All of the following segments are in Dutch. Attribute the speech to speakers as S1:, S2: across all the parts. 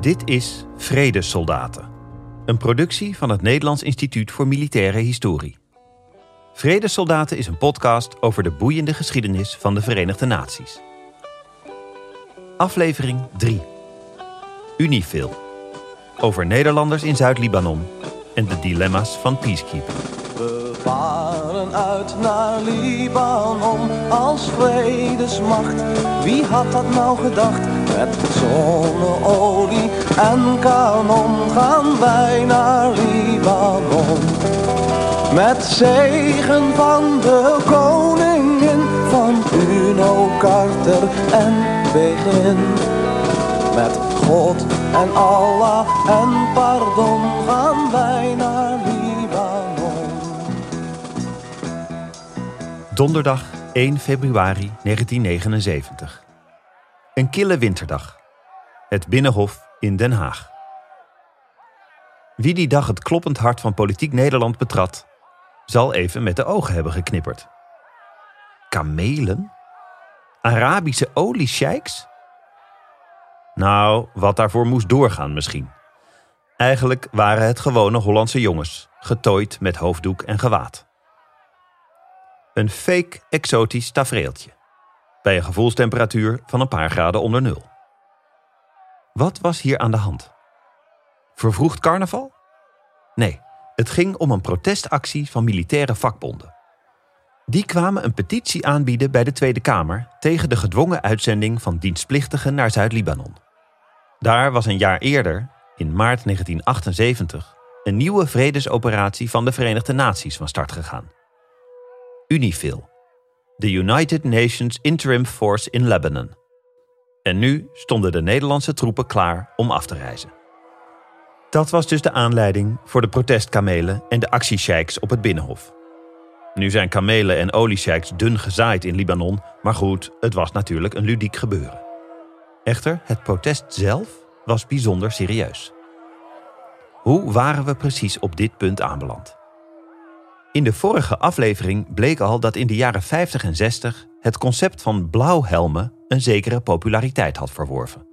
S1: Dit is Vredessoldaten, een productie van het Nederlands Instituut voor Militaire Historie. Vredessoldaten is een podcast over de boeiende geschiedenis van de Verenigde Naties. Aflevering 3. UNIFIL. Over Nederlanders in Zuid-Libanon en de dilemma's van peacekeeping.
S2: We varen uit naar Libanon als vredesmacht. Wie had dat nou gedacht? Met zonneolie en kanon gaan wij naar Libanon. Met zegen van de koningin, van Uno, Carter en Begin. Met God en Allah en pardon gaan wij naar Libanon.
S1: Donderdag 1 februari 1979. Een kille winterdag. Het Binnenhof in Den Haag. Wie die dag het kloppend hart van politiek Nederland betrad, zal even met de ogen hebben geknipperd. Kamelen? Arabische oliesheiks? Nou, wat daarvoor moest doorgaan misschien. Eigenlijk waren het gewone Hollandse jongens, getooid met hoofddoek en gewaad. Een fake exotisch tafereeltje, bij een gevoelstemperatuur van een paar graden onder nul. Wat was hier aan de hand? Vervroegd carnaval? Nee, het ging om een protestactie van militaire vakbonden. Die kwamen een petitie aanbieden bij de Tweede Kamer tegen de gedwongen uitzending van dienstplichtigen naar Zuid-Libanon. Daar was een jaar eerder, in maart 1978, een nieuwe vredesoperatie van de Verenigde Naties van start gegaan. UNIFIL, de United Nations Interim Force in Lebanon. En nu stonden de Nederlandse troepen klaar om af te reizen. Dat was dus de aanleiding voor de protestkamelen en de actiesheiks op het Binnenhof. Nu zijn kamelen en oliesheiks dun gezaaid in Libanon, maar goed, het was natuurlijk een ludiek gebeuren. Echter, het protest zelf was bijzonder serieus. Hoe waren we precies op dit punt aanbeland? In de vorige aflevering bleek al dat in de jaren 50 en 60 het concept van blauwhelmen een zekere populariteit had verworven.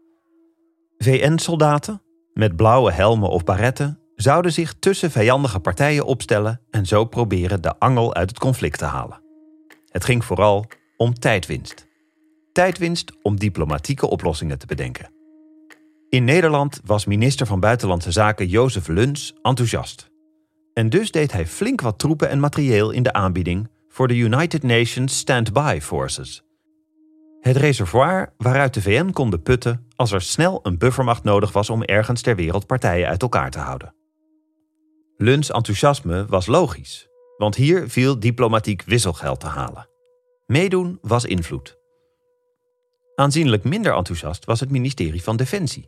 S1: VN-soldaten met blauwe helmen of baretten zouden zich tussen vijandige partijen opstellen en zo proberen de angel uit het conflict te halen. Het ging vooral om tijdwinst. Tijdwinst om diplomatieke oplossingen te bedenken. In Nederland was minister van Buitenlandse Zaken Jozef Luns enthousiast. En dus deed hij flink wat troepen en materieel in de aanbieding voor de United Nations Stand-by Forces. Het reservoir waaruit de VN konden putten als er snel een buffermacht nodig was om ergens ter wereld partijen uit elkaar te houden. Luns enthousiasme was logisch, want hier viel diplomatiek wisselgeld te halen. Meedoen was invloed. Aanzienlijk minder enthousiast was het ministerie van Defensie.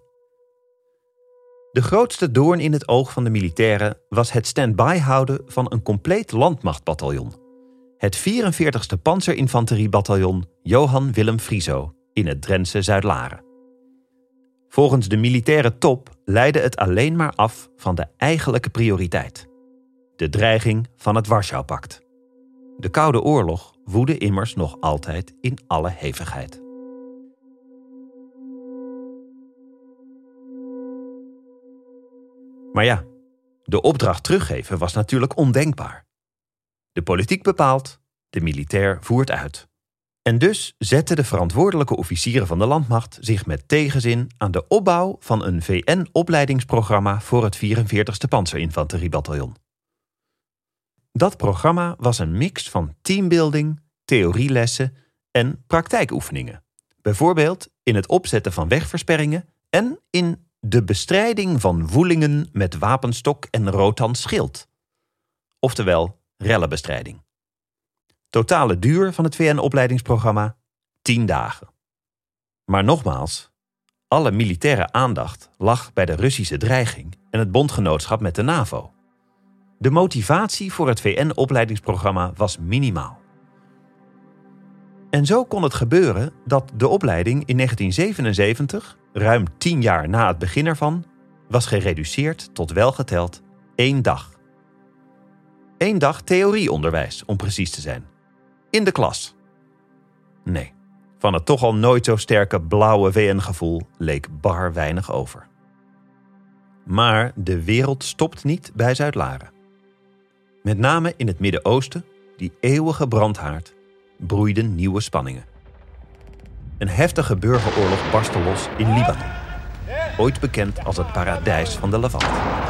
S1: De grootste doorn in het oog van de militairen was het stand-by houden van een compleet landmachtbataljon. Het 44e Panzerinfanteriebataljon Johan Willem Frieso in het Drentse Zuidlaren. Volgens de militaire top leidde het alleen maar af van de eigenlijke prioriteit. De dreiging van het Warschau-pact. De Koude Oorlog woedde immers nog altijd in alle hevigheid. Maar ja, de opdracht teruggeven was natuurlijk ondenkbaar. De politiek bepaalt, de militair voert uit. En dus zetten de verantwoordelijke officieren van de landmacht zich met tegenzin aan de opbouw van een VN-opleidingsprogramma voor het 44e Panzerinfanteriebataljon. Dat programma was een mix van teambuilding, theorielessen en praktijkoefeningen. Bijvoorbeeld in het opzetten van wegversperringen en in de bestrijding van woelingen met wapenstok en rotanschild. Oftewel rellenbestrijding. Totale duur van het VN-opleidingsprogramma 10 dagen. Maar nogmaals, alle militaire aandacht lag bij de Russische dreiging en het bondgenootschap met de NAVO. De motivatie voor het VN-opleidingsprogramma was minimaal. En zo kon het gebeuren dat de opleiding in 1977, ruim 10 jaar na het begin ervan, was gereduceerd tot welgeteld 1 dag. 1 dag theorieonderwijs, om precies te zijn. In de klas. Nee, van het toch al nooit zo sterke blauwe VN-gevoel leek bar weinig over. Maar de wereld stopt niet bij Zuid-Laren. Met name in het Midden-Oosten, die eeuwige brandhaard, broeiden nieuwe spanningen. Een heftige burgeroorlog barstte los in Libanon, ooit bekend als het paradijs van de Levant.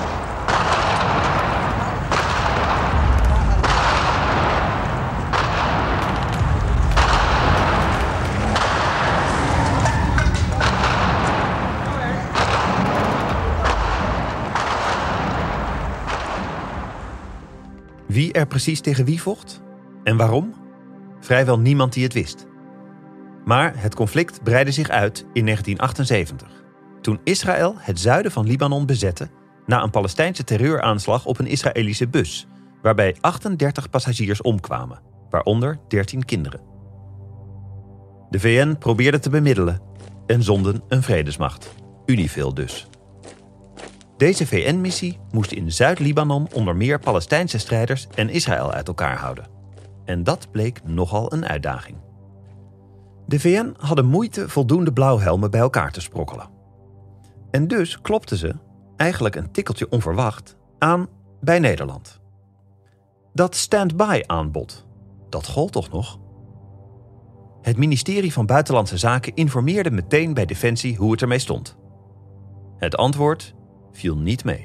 S1: Wie er precies tegen wie vocht en waarom? Vrijwel niemand die het wist. Maar het conflict breidde zich uit in 1978, toen Israël het zuiden van Libanon bezette na een Palestijnse terreuraanslag op een Israëlische bus, waarbij 38 passagiers omkwamen, waaronder 13 kinderen. De VN probeerde te bemiddelen en zonden een vredesmacht, UNIFIL dus. Deze VN-missie moest in Zuid-Libanon onder meer Palestijnse strijders en Israël uit elkaar houden. En dat bleek nogal een uitdaging. De VN hadden moeite voldoende blauwhelmen bij elkaar te sprokkelen. En dus klopten ze, eigenlijk een tikkeltje onverwacht, aan bij Nederland. Dat stand-by-aanbod, dat gold toch nog? Het ministerie van Buitenlandse Zaken informeerde meteen bij Defensie hoe het ermee stond. Het antwoord viel niet mee.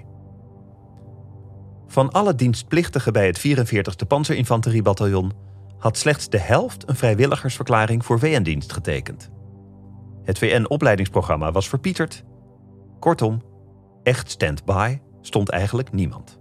S1: Van alle dienstplichtigen bij het 44e Panzerinfanteriebataljon had slechts de helft een vrijwilligersverklaring voor VN-dienst getekend. Het VN-opleidingsprogramma was verpieterd. Kortom, echt stand-by stond eigenlijk niemand.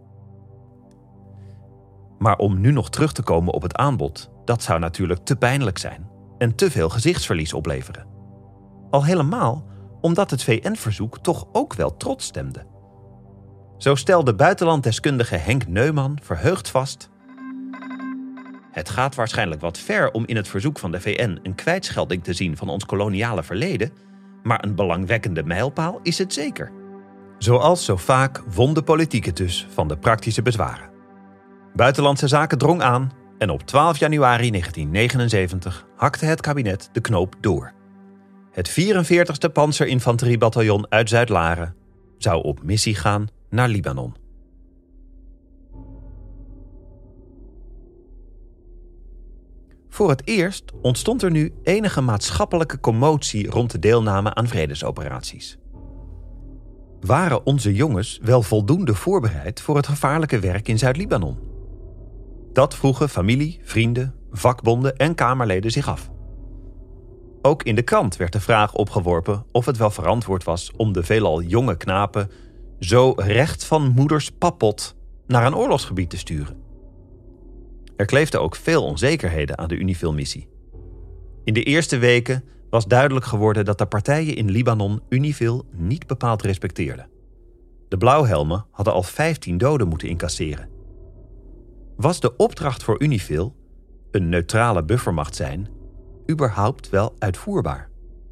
S1: Maar om nu nog terug te komen op het aanbod, dat zou natuurlijk te pijnlijk zijn en te veel gezichtsverlies opleveren. Al helemaal omdat het VN-verzoek toch ook wel trots stemde. Zo stelde buitenlanddeskundige Henk Neumann verheugd vast: het gaat waarschijnlijk wat ver om in het verzoek van de VN een kwijtschelding te zien van ons koloniale verleden, maar een belangwekkende mijlpaal is het zeker. Zoals zo vaak won de politiek het dus van de praktische bezwaren. Buitenlandse Zaken drong aan en op 12 januari 1979 hakte het kabinet de knoop door. Het 44e Panzerinfanteriebataljon uit Zuid-Laren zou op missie gaan naar Libanon. Voor het eerst ontstond er nu enige maatschappelijke commotie rond de deelname aan vredesoperaties. Waren onze jongens wel voldoende voorbereid voor het gevaarlijke werk in Zuid-Libanon? Dat vroegen familie, vrienden, vakbonden en Kamerleden zich af. Ook in de krant werd de vraag opgeworpen of het wel verantwoord was om de veelal jonge knapen zo recht van moeders papot naar een oorlogsgebied te sturen. Er kleefden ook veel onzekerheden aan de UNIFIL-missie. In de eerste weken was duidelijk geworden dat de partijen in Libanon UNIFIL niet bepaald respecteerden. De blauwhelmen hadden al 15 doden moeten incasseren. Was de opdracht voor UNIFIL, een neutrale buffermacht zijn, überhaupt wel uitvoerbaar?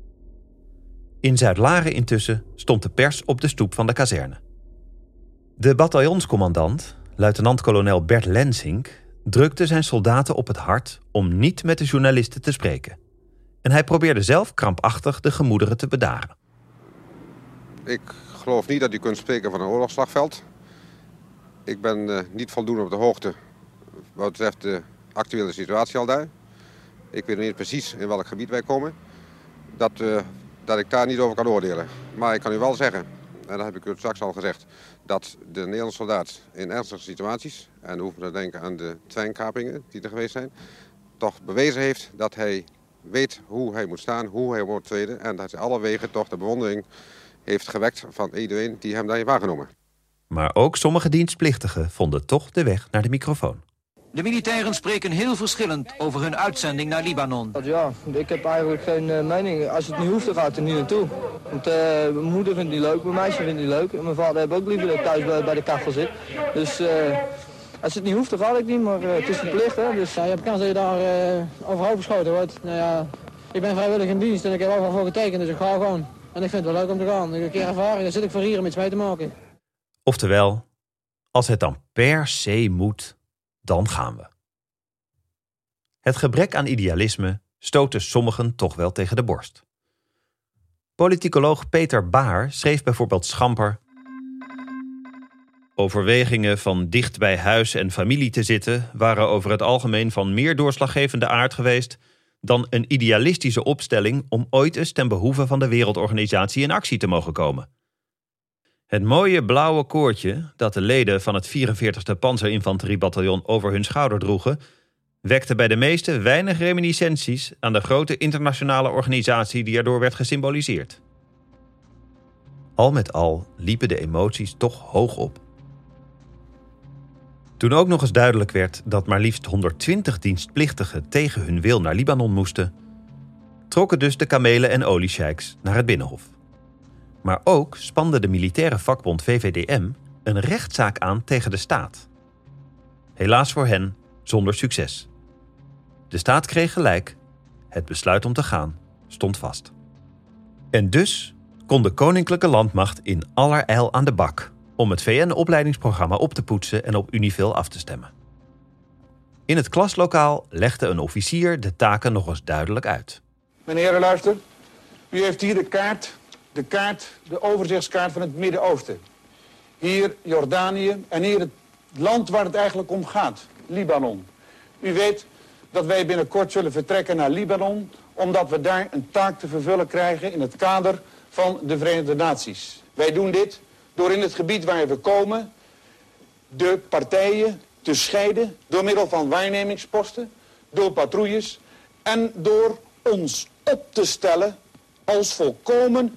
S1: In Zuid-Laren intussen stond de pers op de stoep van de kazerne. De bataljonscommandant, luitenant-kolonel Bert Lensink, drukte zijn soldaten op het hart om niet met de journalisten te spreken. En hij probeerde zelf krampachtig de gemoederen te bedaren.
S3: Ik geloof niet dat u kunt spreken van een oorlogsslagveld. Ik ben niet voldoende op de hoogte wat betreft de actuele situatie al daar. Ik weet niet precies in welk gebied wij komen. Dat ik daar niet over kan oordelen. Maar ik kan u wel zeggen, en dat heb ik u straks al gezegd, dat de Nederlandse soldaat in ernstige situaties, en we hoeven te denken aan de treinkapingen die er geweest zijn, toch bewezen heeft dat hij weet hoe hij moet staan, hoe hij moet treden en dat hij alle wegen toch de bewondering heeft gewekt van iedereen die hem daar heeft waargenomen.
S1: Maar ook sommige dienstplichtigen vonden toch de weg naar de microfoon.
S4: De militairen spreken heel verschillend over hun uitzending naar Libanon.
S5: Ja, ik heb eigenlijk geen mening. Als het niet hoeft, dan ga ik er niet naartoe. Want mijn moeder vindt het niet leuk, mijn meisje vindt het niet leuk. En mijn vader heeft ook liever dat ik thuis bij de kachel zit. Dus als het niet hoeft, dan ga ik niet, maar het is verplicht. Hè? Dus,
S6: ja, je hebt kans dat je daar overhoop geschoten wordt. Nou ja, ik ben vrijwillig in dienst en ik heb overal voor getekend, dus ik ga gewoon. En ik vind het wel leuk om te gaan. Ik heb een keer ervaring, daar zit ik voor hier om iets mee te maken.
S1: Oftewel, als het dan per se moet, dan gaan we. Het gebrek aan idealisme stootte sommigen toch wel tegen de borst. Politicoloog Peter Baar schreef bijvoorbeeld schamper: Overwegingen van dicht bij huis en familie te zitten waren over het algemeen van meer doorslaggevende aard geweest dan een idealistische opstelling om ooit eens ten behoeve van de Wereldorganisatie in actie te mogen komen. Het mooie blauwe koordje dat de leden van het 44e Panzerinfanteriebataljon over hun schouder droegen, wekte bij de meesten weinig reminiscenties aan de grote internationale organisatie die erdoor werd gesymboliseerd. Al met al liepen de emoties toch hoog op. Toen ook nog eens duidelijk werd dat maar liefst 120 dienstplichtigen tegen hun wil naar Libanon moesten, trokken dus de kamelen en oliesheiks naar het Binnenhof. Maar ook spande de militaire vakbond VVDM een rechtszaak aan tegen de staat. Helaas voor hen zonder succes. De staat kreeg gelijk, het besluit om te gaan stond vast. En dus kon de koninklijke landmacht in allerijl aan de bak om het VN-opleidingsprogramma op te poetsen en op Unifil af te stemmen. In het klaslokaal legde een officier de taken nog eens duidelijk uit.
S7: Meneer, luister. U heeft hier de overzichtskaart van het Midden-Oosten. Hier Jordanië en hier het land waar het eigenlijk om gaat, Libanon. U weet dat wij binnenkort zullen vertrekken naar Libanon, omdat we daar een taak te vervullen krijgen in het kader van de Verenigde Naties. Wij doen dit door in het gebied waar we komen de partijen te scheiden door middel van waarnemingsposten, door patrouilles en door ons op te stellen als volkomen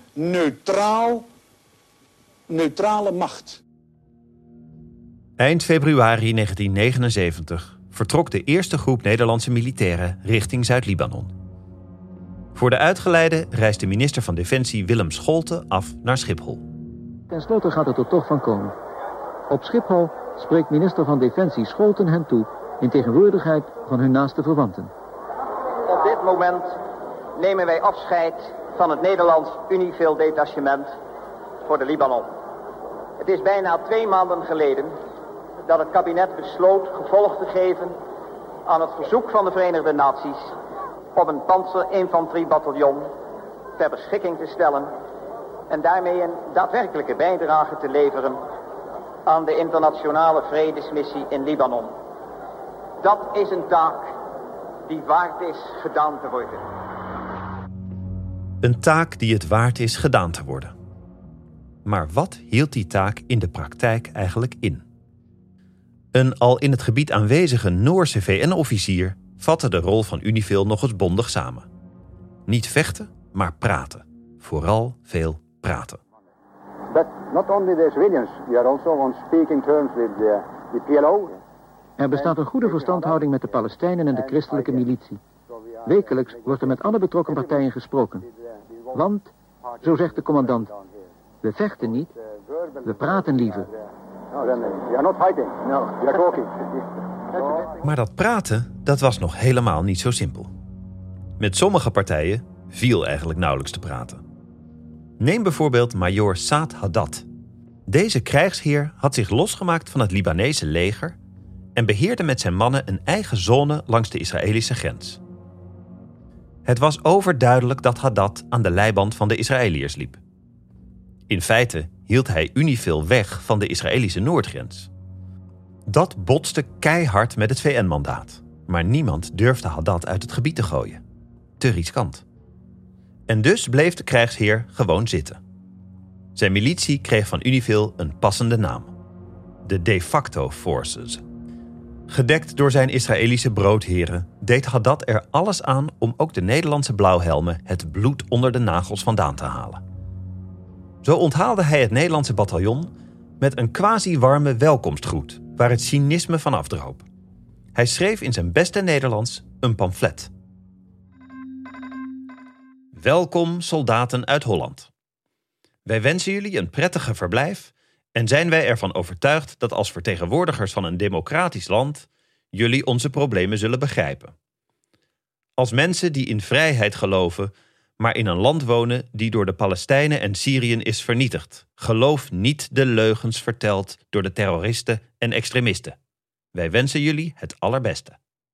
S7: neutrale macht.
S1: Eind februari 1979 vertrok de eerste groep Nederlandse militairen richting Zuid-Libanon. Voor de uitgeleide reisde minister van Defensie Willem Scholte af naar Schiphol.
S8: Ten slotte gaat het er toch van komen. Op Schiphol spreekt minister van Defensie Scholten hen toe in tegenwoordigheid van hun naaste verwanten.
S9: Op dit moment nemen wij afscheid van het Nederlands Unifil-detachement voor de Libanon. Het is bijna 2 maanden geleden dat het kabinet besloot gevolg te geven aan het verzoek van de Verenigde Naties om een panzerinfanteriebataljon ter beschikking te stellen en daarmee een daadwerkelijke bijdrage te leveren aan de internationale vredesmissie in Libanon. Dat is een taak die waard is gedaan te worden.
S1: Een taak die het waard is gedaan te worden. Maar wat hield die taak in de praktijk eigenlijk in? Een al in het gebied aanwezige Noorse VN-officier vatte de rol van Unifil nog eens bondig samen. Niet vechten, maar praten. Vooral veel praten.
S10: But not only the civilians, we are also on speaking terms with the PLO.
S8: Er bestaat een goede verstandhouding met de Palestijnen en de christelijke militie. Wekelijks wordt er met alle betrokken partijen gesproken. Want, zo zegt de commandant, we vechten niet, we praten liever.
S1: Maar dat praten, dat was nog helemaal niet zo simpel. Met sommige partijen viel eigenlijk nauwelijks te praten. Neem bijvoorbeeld majoor Saad Haddad. Deze krijgsheer had zich losgemaakt van het Libanese leger en beheerde met zijn mannen een eigen zone langs de Israëlische grens. Het was overduidelijk dat Haddad aan de leiband van de Israëliërs liep. In feite hield hij Unifil weg van de Israëlische noordgrens. Dat botste keihard met het VN-mandaat, maar niemand durfde Haddad uit het gebied te gooien. Te riskant. En dus bleef de krijgsheer gewoon zitten. Zijn militie kreeg van Unifil een passende naam: de de facto forces. Gedekt door zijn Israëlische broodheren deed Haddad er alles aan om ook de Nederlandse blauwhelmen het bloed onder de nagels vandaan te halen. Zo onthaalde hij het Nederlandse bataljon met een quasi-warme welkomstgroet waar het cynisme van afdroop. Hij schreef in zijn beste Nederlands een pamflet. Welkom soldaten uit Holland. Wij wensen jullie een prettige verblijf en zijn wij ervan overtuigd dat als vertegenwoordigers van een democratisch land jullie onze problemen zullen begrijpen. Als mensen die in vrijheid geloven, maar in een land wonen die door de Palestijnen en Syriën is vernietigd. Geloof niet de leugens verteld door de terroristen en extremisten. Wij wensen jullie het allerbeste.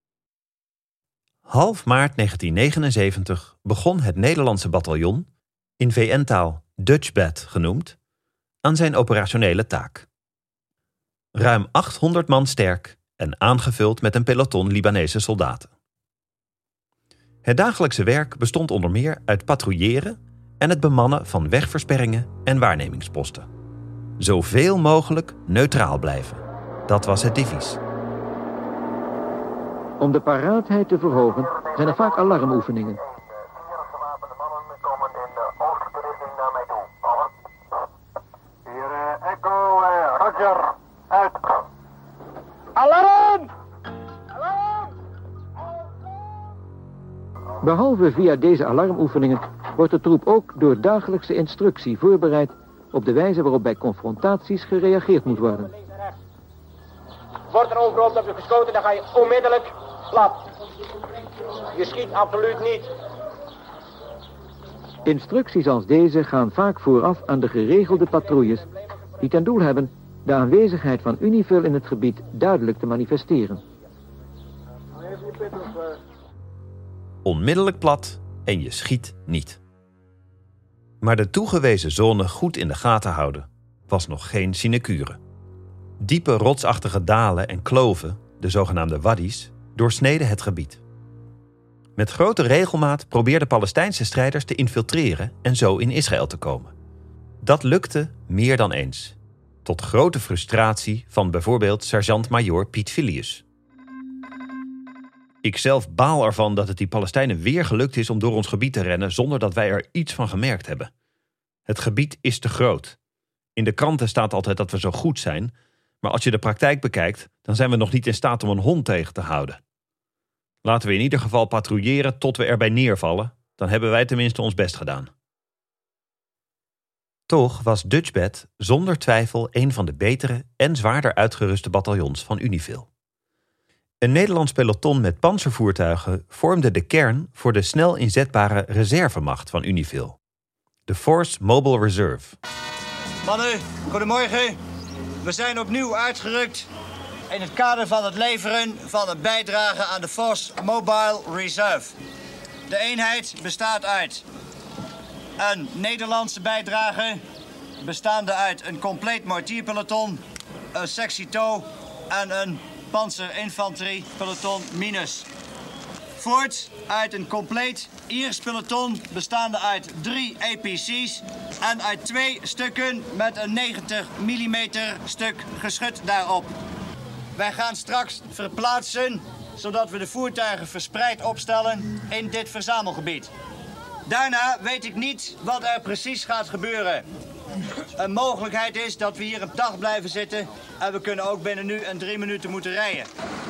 S1: Half maart 1979 begon het Nederlandse bataljon, in VN-taal Dutch Bat genoemd, aan zijn operationele taak. Ruim 800 man sterk en aangevuld met een peloton Libanese soldaten. Het dagelijkse werk bestond onder meer uit patrouilleren en het bemannen van wegversperringen en waarnemingsposten. Zoveel mogelijk neutraal blijven. Dat was het devies.
S8: Om de paraatheid te verhogen zijn er vaak alarmoefeningen.
S11: Gewapende mannen komen in de oostelijke richting naar mij toe. Over. Hier Echo, Roger, uit. Alarm! Alarm!
S8: Behalve via deze alarmoefeningen wordt de troep ook door dagelijkse instructie voorbereid op de wijze waarop bij confrontaties gereageerd moet worden.
S12: Wordt er overal op je geschoten, dan ga je onmiddellijk plat. Je schiet absoluut niet.
S8: Instructies als deze gaan vaak vooraf aan de geregelde patrouilles die ten doel hebben de aanwezigheid van Unifil in het gebied duidelijk te manifesteren.
S1: Onmiddellijk plat en je schiet niet. Maar de toegewezen zone goed in de gaten houden was nog geen sinecure. Diepe rotsachtige dalen en kloven, de zogenaamde wadis, doorsneden het gebied. Met grote regelmaat probeerden Palestijnse strijders te infiltreren en zo in Israël te komen. Dat lukte meer dan eens. Tot grote frustratie van bijvoorbeeld sergeant-majoor Piet Filius. Ikzelf baal ervan dat het die Palestijnen weer gelukt is om door ons gebied te rennen zonder dat wij er iets van gemerkt hebben. Het gebied is te groot. In de kranten staat altijd dat we zo goed zijn, maar als je de praktijk bekijkt, dan zijn we nog niet in staat om een hond tegen te houden. Laten we in ieder geval patrouilleren tot we erbij neervallen, dan hebben wij tenminste ons best gedaan. Toch was Dutchbat zonder twijfel een van de betere en zwaarder uitgeruste bataljons van Unifil. Een Nederlands peloton met pantservoertuigen vormde de kern voor de snel inzetbare reservemacht van Unifil. De Force Mobile Reserve.
S13: Mannen, goedemorgen. We zijn opnieuw uitgerukt in het kader van het leveren van een bijdrage aan de Force Mobile Reserve. De eenheid bestaat uit een Nederlandse bijdrage, bestaande uit een compleet mortierpeloton, een sectie TOW en een panzerinfanteriepeloton minus. Voort uit een compleet Iers peloton bestaande uit 3 APC's en uit 2 stukken met een 90 mm stuk geschut daarop. Wij gaan straks verplaatsen, zodat we de voertuigen verspreid opstellen in dit verzamelgebied. Daarna weet ik niet wat er precies gaat gebeuren. Een mogelijkheid is dat we hier een dag blijven zitten en we kunnen ook binnen nu en 3 minuten moeten rijden.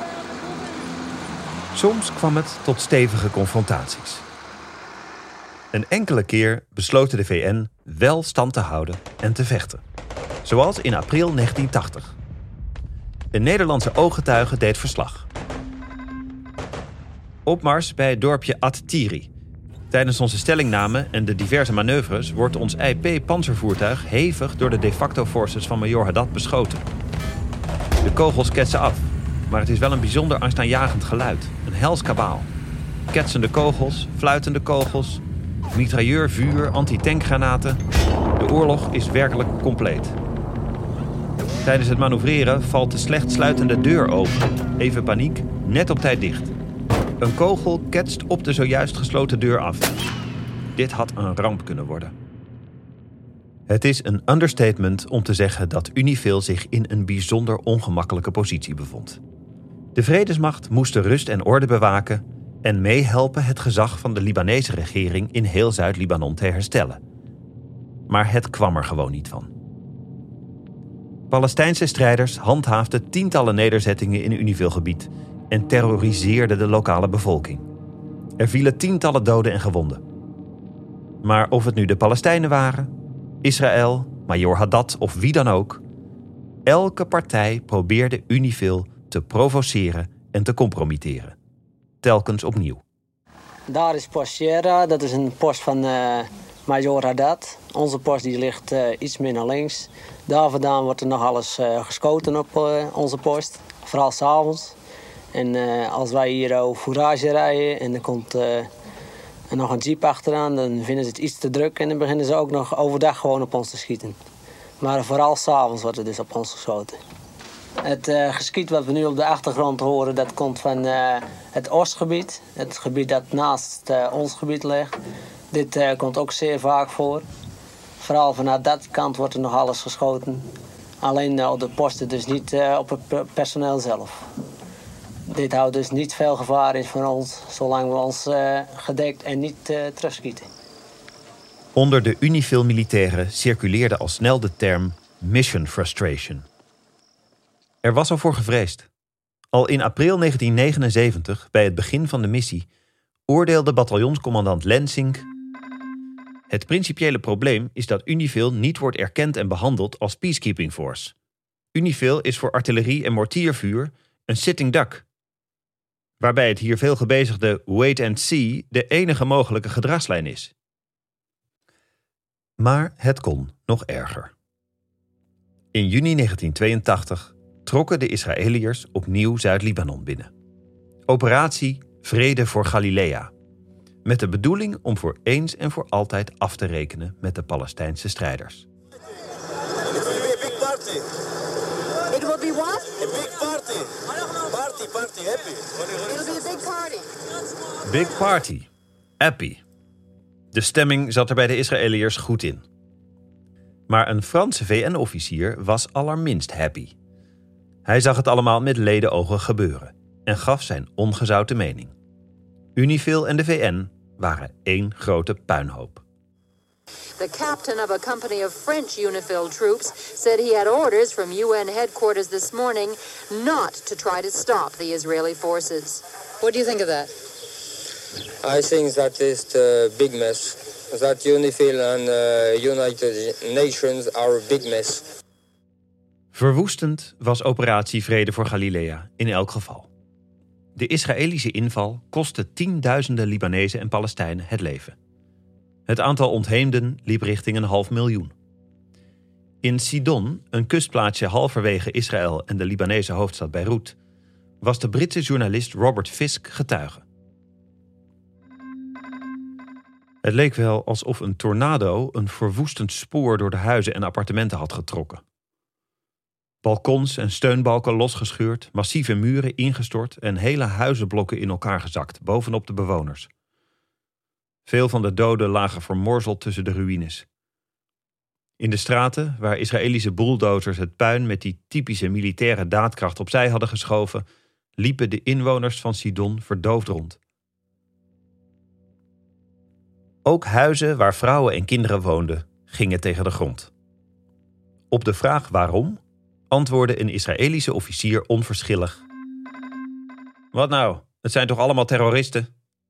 S1: Soms kwam het tot stevige confrontaties. Een enkele keer besloten de VN wel stand te houden en te vechten. Zoals in april 1980. Een Nederlandse ooggetuige deed verslag. Opmars bij het dorpje At-Tiri. Tijdens onze stellingname en de diverse manoeuvres wordt ons IP-panzervoertuig hevig door de de facto forces van Major Haddad beschoten. De kogels ketsen af, maar het is wel een bijzonder angstaanjagend geluid. Een hels kabaal. Ketsende kogels, fluitende kogels, mitrailleurvuur, antitankgranaten. De oorlog is werkelijk compleet. Tijdens het manoeuvreren valt de slecht sluitende deur open. Even paniek, net op tijd dicht. Een kogel ketst op de zojuist gesloten deur af. Dit had een ramp kunnen worden. Het is een understatement om te zeggen dat Unifil zich in een bijzonder ongemakkelijke positie bevond. De vredesmacht moest de rust en orde bewaken en meehelpen het gezag van de Libanese regering in heel Zuid-Libanon te herstellen. Maar het kwam er gewoon niet van. Palestijnse strijders handhaafden tientallen nederzettingen in Unifil-gebied en terroriseerden de lokale bevolking. Er vielen tientallen doden en gewonden. Maar of het nu de Palestijnen waren, Israël, Major Haddad of wie dan ook, elke partij probeerde Unifil te provoceren en te compromitteren. Telkens opnieuw.
S14: Daar is post Sierra, dat is een post van Major Haddad. Onze post die ligt iets meer naar links. Daar vandaan wordt er nog alles geschoten op onze post, vooral 's avonds. En als wij hier over fourage rijden en er komt er nog een jeep achteraan, dan vinden ze het iets te druk en dan beginnen ze ook nog overdag gewoon op ons te schieten. Maar vooral 's avonds wordt er dus op ons geschoten. Het geschiet wat we nu op de achtergrond horen, dat komt van het Oostgebied. Het gebied dat naast ons gebied ligt. Dit komt ook zeer vaak voor. Vooral vanuit dat kant wordt er nog alles geschoten. Alleen op de posten, dus niet op het personeel zelf. Dit houdt dus niet veel gevaar in voor ons, zolang we ons gedekt en niet terugschieten.
S1: Onder de Unifil-militairen circuleerde al snel de term mission frustration. Er was al voor gevreesd. Al in april 1979, bij het begin van de missie, oordeelde bataljonscommandant Lensink: het principiële probleem is dat Unifil niet wordt erkend en behandeld als peacekeeping force. Unifil is voor artillerie en mortiervuur een sitting duck, waarbij het hier veel gebezigde wait and see de enige mogelijke gedragslijn is. Maar het kon nog erger. In juni 1982 trokken de Israëliërs opnieuw Zuid-Libanon binnen. Operatie Vrede voor Galilea. Met de bedoeling om voor eens en voor altijd af te rekenen met de Palestijnse strijders.
S11: It will be a big party.
S15: It will be what?
S11: A big party. Party, happy.
S15: It'll be a big party.
S1: Big party. Happy. De stemming zat er bij de Israëliërs goed in. Maar een Franse VN-officier was allerminst happy. Hij zag het allemaal met ledenogen gebeuren en gaf zijn ongezouten mening. Unifil en de VN waren één grote puinhoop.
S15: The captain of a company of French UNIFIL troops said he had orders from UN headquarters this morning not to try to stop the Israeli forces. What do you think of that?
S16: I think that is the big mess. That UNIFIL and United Nations are a big mess.
S1: Verwoestend was operatie Vrede voor Galilea in elk geval. De Israëlische inval kostte tienduizenden Libanezen en Palestijnen het leven. Het aantal ontheemden liep richting 500.000. In Sidon, een kustplaatsje halverwege Israël en de Libanese hoofdstad Beirut, was de Britse journalist Robert Fisk getuige. Het leek wel alsof een tornado een verwoestend spoor door de huizen en appartementen had getrokken. Balkons en steunbalken losgescheurd, massieve muren ingestort en hele huizenblokken in elkaar gezakt, bovenop de bewoners. Veel van de doden lagen vermorzeld tussen de ruïnes. In de straten, waar Israëlische bulldozers het puin met die typische militaire daadkracht opzij hadden geschoven, liepen de inwoners van Sidon verdoofd rond. Ook huizen waar vrouwen en kinderen woonden, gingen tegen de grond. Op de vraag waarom, antwoordde een Israëlische officier onverschillig: wat nou, het zijn toch allemaal terroristen?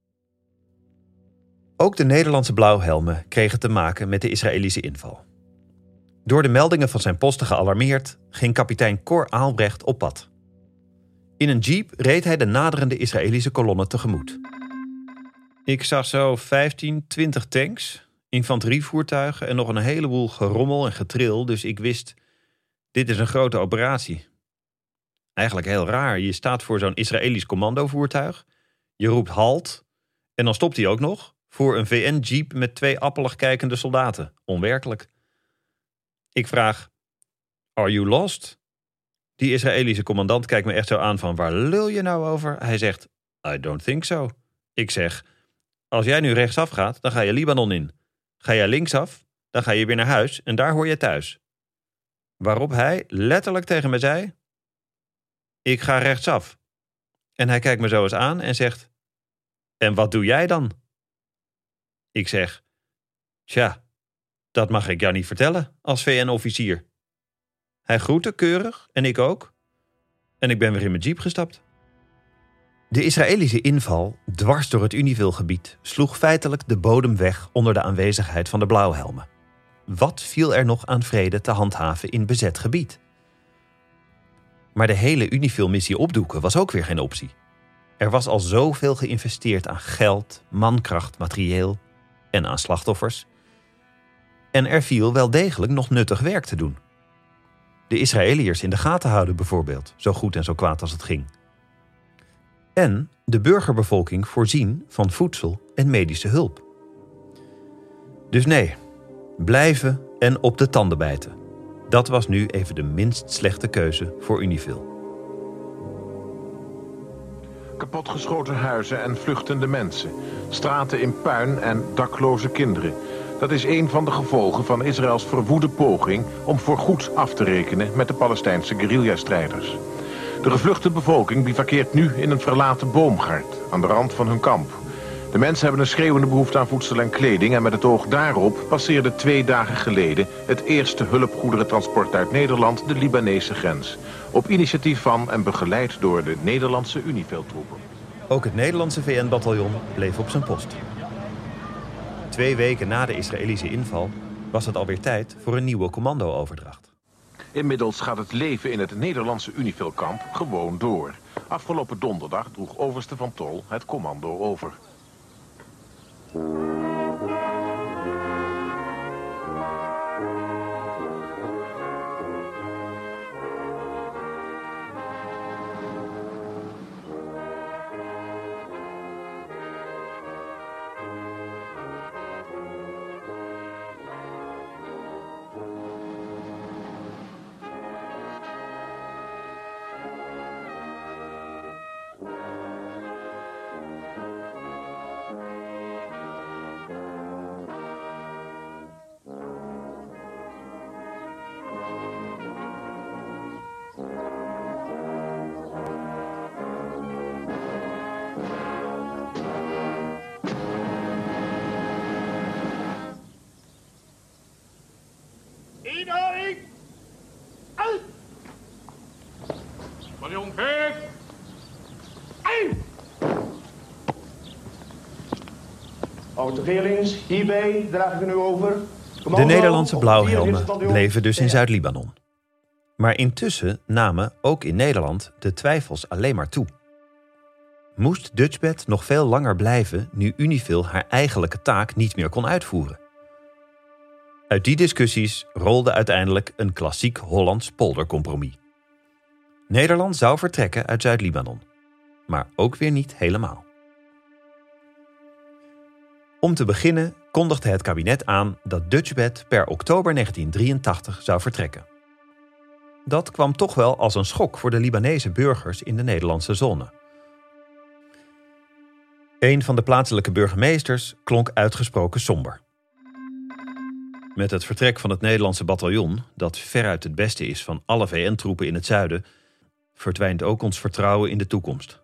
S1: Ook de Nederlandse blauwhelmen kregen te maken met de Israëlische inval. Door de meldingen van zijn posten gealarmeerd, ging kapitein Cor Aalbrecht op pad. In een jeep reed hij de naderende Israëlische kolonne tegemoet. Ik zag zo 15, 20 tanks, infanterievoertuigen en nog een heleboel gerommel en getril, dus ik wist, dit is een grote operatie. Eigenlijk heel raar, je staat voor zo'n Israëlisch commandovoertuig, je roept halt en dan stopt hij ook nog voor een VN-jeep met 2 appelig kijkende soldaten. Onwerkelijk. Ik vraag: are you lost? Die Israëlische commandant kijkt me echt zo aan van: waar lul je nou over? Hij zegt: I don't think so. Ik zeg: als jij nu rechtsaf gaat, dan ga je Libanon in. Ga jij linksaf, dan ga je weer naar huis en daar hoor je thuis. Waarop hij letterlijk tegen me zei: ik ga rechtsaf. En hij kijkt me zo eens aan en zegt: en wat doe jij dan? Ik zeg: tja, dat mag ik jou niet vertellen als VN-officier. Hij groette keurig en ik ook. En ik ben weer in mijn jeep gestapt. De Israëlische inval, dwars door het Unifil-gebied, sloeg feitelijk de bodem weg onder de aanwezigheid van de blauwhelmen. Wat viel er nog aan vrede te handhaven in bezet gebied? Maar de hele Unifil-missie opdoeken was ook weer geen optie. Er was al zoveel geïnvesteerd aan geld, mankracht, materieel en aan slachtoffers. En er viel wel degelijk nog nuttig werk te doen. De Israëliërs in de gaten houden bijvoorbeeld, zo goed en zo kwaad als het ging. En de burgerbevolking voorzien van voedsel en medische hulp. Dus nee, blijven en op de tanden bijten. Dat was nu even de minst slechte keuze voor Unifil.
S17: Kapotgeschoten huizen en vluchtende mensen. Straten in puin en dakloze kinderen. Dat is een van de gevolgen van Israëls verwoede poging om voorgoed af te rekenen met de Palestijnse guerrilla-strijders. De gevluchte bevolking bivakkeert nu in een verlaten boomgaard aan de rand van hun kamp. De mensen hebben een schreeuwende behoefte aan voedsel en kleding en met het oog daarop passeerde 2 dagen geleden het eerste hulpgoederentransport uit Nederland de Libanese grens. Op initiatief van en begeleid door de Nederlandse Unifil-troepen.
S1: Ook het Nederlandse VN-bataljon bleef op zijn post. 2 weken na de Israëlische inval was het alweer tijd voor een nieuwe commando-overdracht.
S17: Inmiddels gaat het leven in het Nederlandse Unifil-kamp gewoon door. Afgelopen donderdag droeg overste Van Tol het commando over.
S11: Inhouding! Uit! Bataljon 5! Uit!
S18: Autoveerlings, hierbij draag ik nu over.
S1: De Nederlandse blauwhelmen bleven dus in Zuid-Libanon. Maar intussen namen, ook in Nederland, de twijfels alleen maar toe. Moest Dutchbat nog veel langer blijven nu Unifil haar eigenlijke taak niet meer kon uitvoeren? Uit die discussies rolde uiteindelijk een klassiek Hollands poldercompromis. Nederland zou vertrekken uit Zuid-Libanon, maar ook weer niet helemaal. Om te beginnen kondigde het kabinet aan dat Dutchbat per oktober 1983 zou vertrekken. Dat kwam toch wel als een schok voor de Libanese burgers in de Nederlandse zone. Een van de plaatselijke burgemeesters klonk uitgesproken somber. Met het vertrek van het Nederlandse bataljon, dat veruit het beste is van alle VN-troepen in het zuiden, verdwijnt ook ons vertrouwen in de toekomst.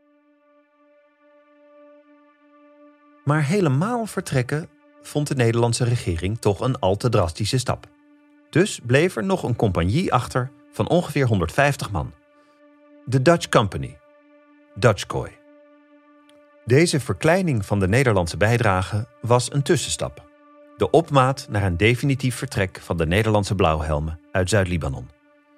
S1: Maar helemaal vertrekken vond de Nederlandse regering toch een al te drastische stap. Dus bleef er nog een compagnie achter van ongeveer 150 man. De Dutch Company, Dutchkoy. Deze verkleining van de Nederlandse bijdrage was een tussenstap. De opmaat naar een definitief vertrek van de Nederlandse blauwhelmen uit Zuid-Libanon.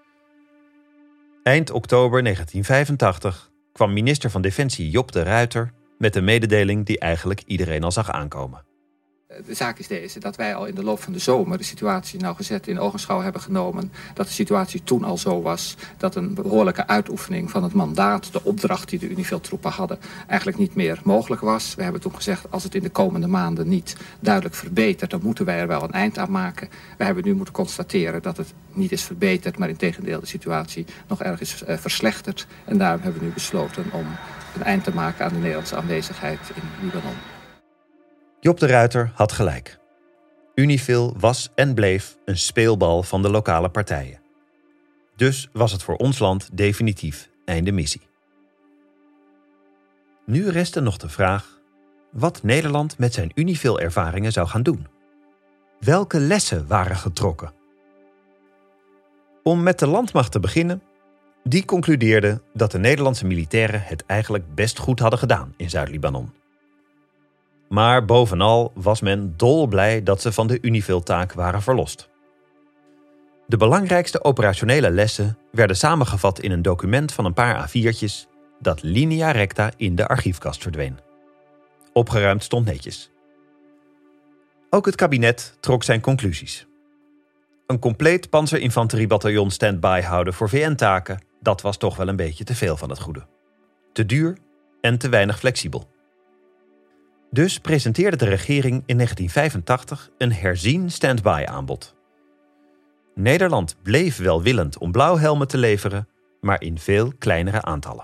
S1: Eind oktober 1985 kwam minister van Defensie Job de Ruiter met een mededeling die eigenlijk iedereen al zag aankomen.
S19: De zaak is deze, dat wij al in de loop van de zomer de situatie nauwgezet in ogenschouw hebben genomen. Dat de situatie toen al zo was dat een behoorlijke uitoefening van het mandaat, de opdracht die de Unifil-troepen hadden, eigenlijk niet meer mogelijk was. We hebben toen gezegd, als het in de komende maanden niet duidelijk verbetert, dan moeten wij er wel een eind aan maken. We hebben nu moeten constateren dat het niet is verbeterd, maar integendeel de situatie nog erg is verslechterd. En daarom hebben we nu besloten om een eind te maken aan de Nederlandse aanwezigheid in Libanon.
S1: Job de Ruiter had gelijk. Unifil was en bleef een speelbal van de lokale partijen. Dus was het voor ons land definitief einde missie. Nu restte nog de vraag wat Nederland met zijn Unifil-ervaringen zou gaan doen. Welke lessen waren getrokken? Om met de landmacht te beginnen, die concludeerde dat de Nederlandse militairen het eigenlijk best goed hadden gedaan in Zuid-Libanon. Maar bovenal was men dolblij dat ze van de Unifil-taak waren verlost. De belangrijkste operationele lessen werden samengevat in een document van een paar A4'tjes dat linea recta in de archiefkast verdween. Opgeruimd stond netjes. Ook het kabinet trok zijn conclusies. Een compleet panzerinfanteriebataljon stand-by houden voor VN-taken, dat was toch wel een beetje te veel van het goede. Te duur en te weinig flexibel. Dus presenteerde de regering in 1985 een herzien stand-by aanbod. Nederland bleef welwillend om blauwhelmen te leveren, maar in veel kleinere aantallen.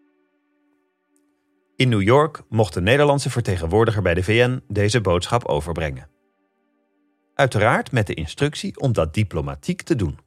S1: In New York mocht de Nederlandse vertegenwoordiger bij de VN deze boodschap overbrengen. Uiteraard met de instructie om dat diplomatiek te doen.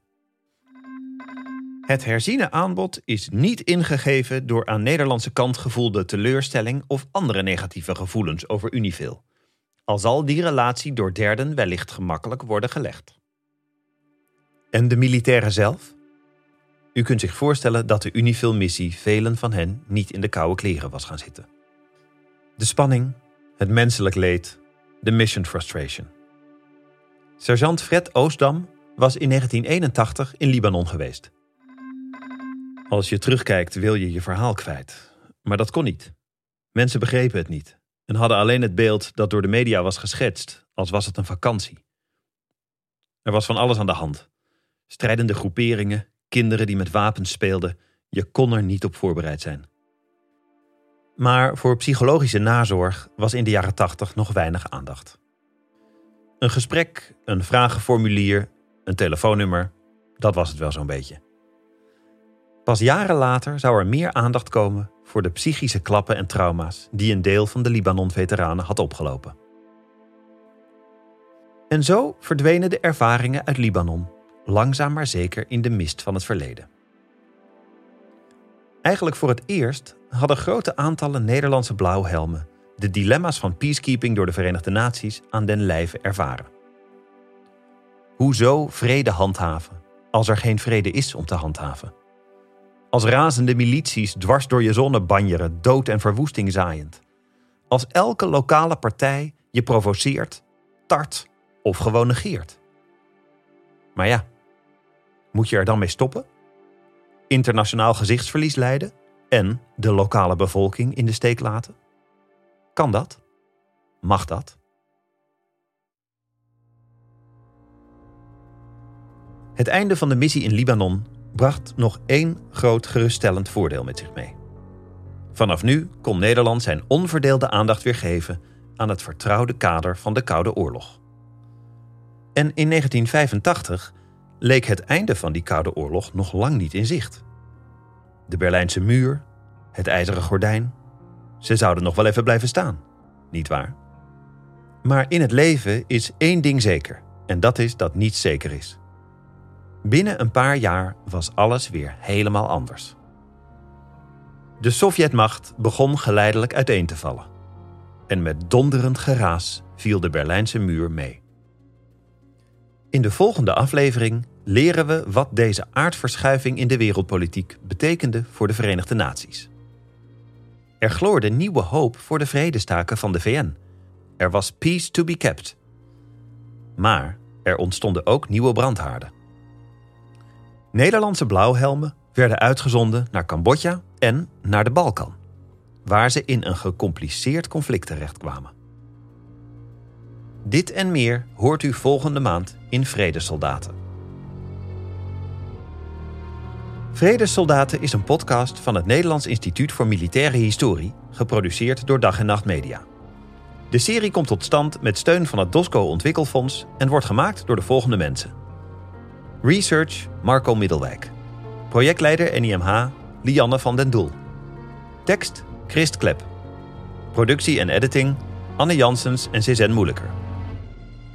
S1: Het herziene aanbod is niet ingegeven door aan Nederlandse kant gevoelde teleurstelling of andere negatieve gevoelens over Unifil, al zal die relatie door derden wellicht gemakkelijk worden gelegd. En de militairen zelf? U kunt zich voorstellen dat de Unifil-missie velen van hen niet in de koude kleren was gaan zitten. De spanning, het menselijk leed, de mission frustration. Sergeant Fred Oostdam was in 1981 in Libanon geweest. Als je terugkijkt wil je je verhaal kwijt. Maar dat kon niet. Mensen begrepen het niet en hadden alleen het beeld dat door de media was geschetst, als was het een vakantie. Er was van alles aan de hand. Strijdende groeperingen, kinderen die met wapens speelden. Je kon er niet op voorbereid zijn. Maar voor psychologische nazorg was in de jaren 80 nog weinig aandacht. Een gesprek, een vragenformulier, een telefoonnummer, dat was het wel zo'n beetje. Pas jaren later zou er meer aandacht komen voor de psychische klappen en trauma's die een deel van de Libanon-veteranen had opgelopen. En zo verdwenen de ervaringen uit Libanon, langzaam maar zeker in de mist van het verleden. Eigenlijk voor het eerst hadden grote aantallen Nederlandse blauwhelmen de dilemma's van peacekeeping door de Verenigde Naties aan den lijve ervaren. Hoezo vrede handhaven, als er geen vrede is om te handhaven? Als razende milities dwars door je zone banjeren, dood en verwoesting zaaiend. Als elke lokale partij je provoceert, tart of gewoon negeert. Maar ja, moet je er dan mee stoppen? Internationaal gezichtsverlies lijden en de lokale bevolking in de steek laten? Kan dat? Mag dat? Het einde van de missie in Libanon bracht nog één groot geruststellend voordeel met zich mee. Vanaf nu kon Nederland zijn onverdeelde aandacht weer geven aan het vertrouwde kader van de Koude Oorlog. En in 1985 leek het einde van die Koude Oorlog nog lang niet in zicht. De Berlijnse muur, het ijzeren gordijn, ze zouden nog wel even blijven staan, nietwaar? Maar in het leven is één ding zeker, en dat is dat niets zeker is. Binnen een paar jaar was alles weer helemaal anders. De Sovjetmacht begon geleidelijk uiteen te vallen. En met donderend geraas viel de Berlijnse muur mee. In de volgende aflevering leren we wat deze aardverschuiving in de wereldpolitiek betekende voor de Verenigde Naties. Er gloorde nieuwe hoop voor de vredestaken van de VN. Er was peace to be kept. Maar er ontstonden ook nieuwe brandhaarden. Nederlandse blauwhelmen werden uitgezonden naar Cambodja en naar de Balkan, waar ze in een gecompliceerd conflict terechtkwamen. Dit en meer hoort u volgende maand in Vredessoldaten. Vredessoldaten is een podcast van het Nederlands Instituut voor Militaire Historie, geproduceerd door Dag en Nacht Media. De serie komt tot stand met steun van het DOSCO Ontwikkelfonds en wordt gemaakt door de volgende mensen. Research Marco Middelwijk. Projectleider NIMH Lianne van den Doel. Tekst Christ Klep. Productie en editing Anne Janssens en Cézanne Moeilijker.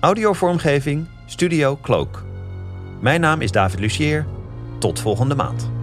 S1: Audiovormgeving Studio Cloak. Mijn naam is David Lucier. Tot volgende maand.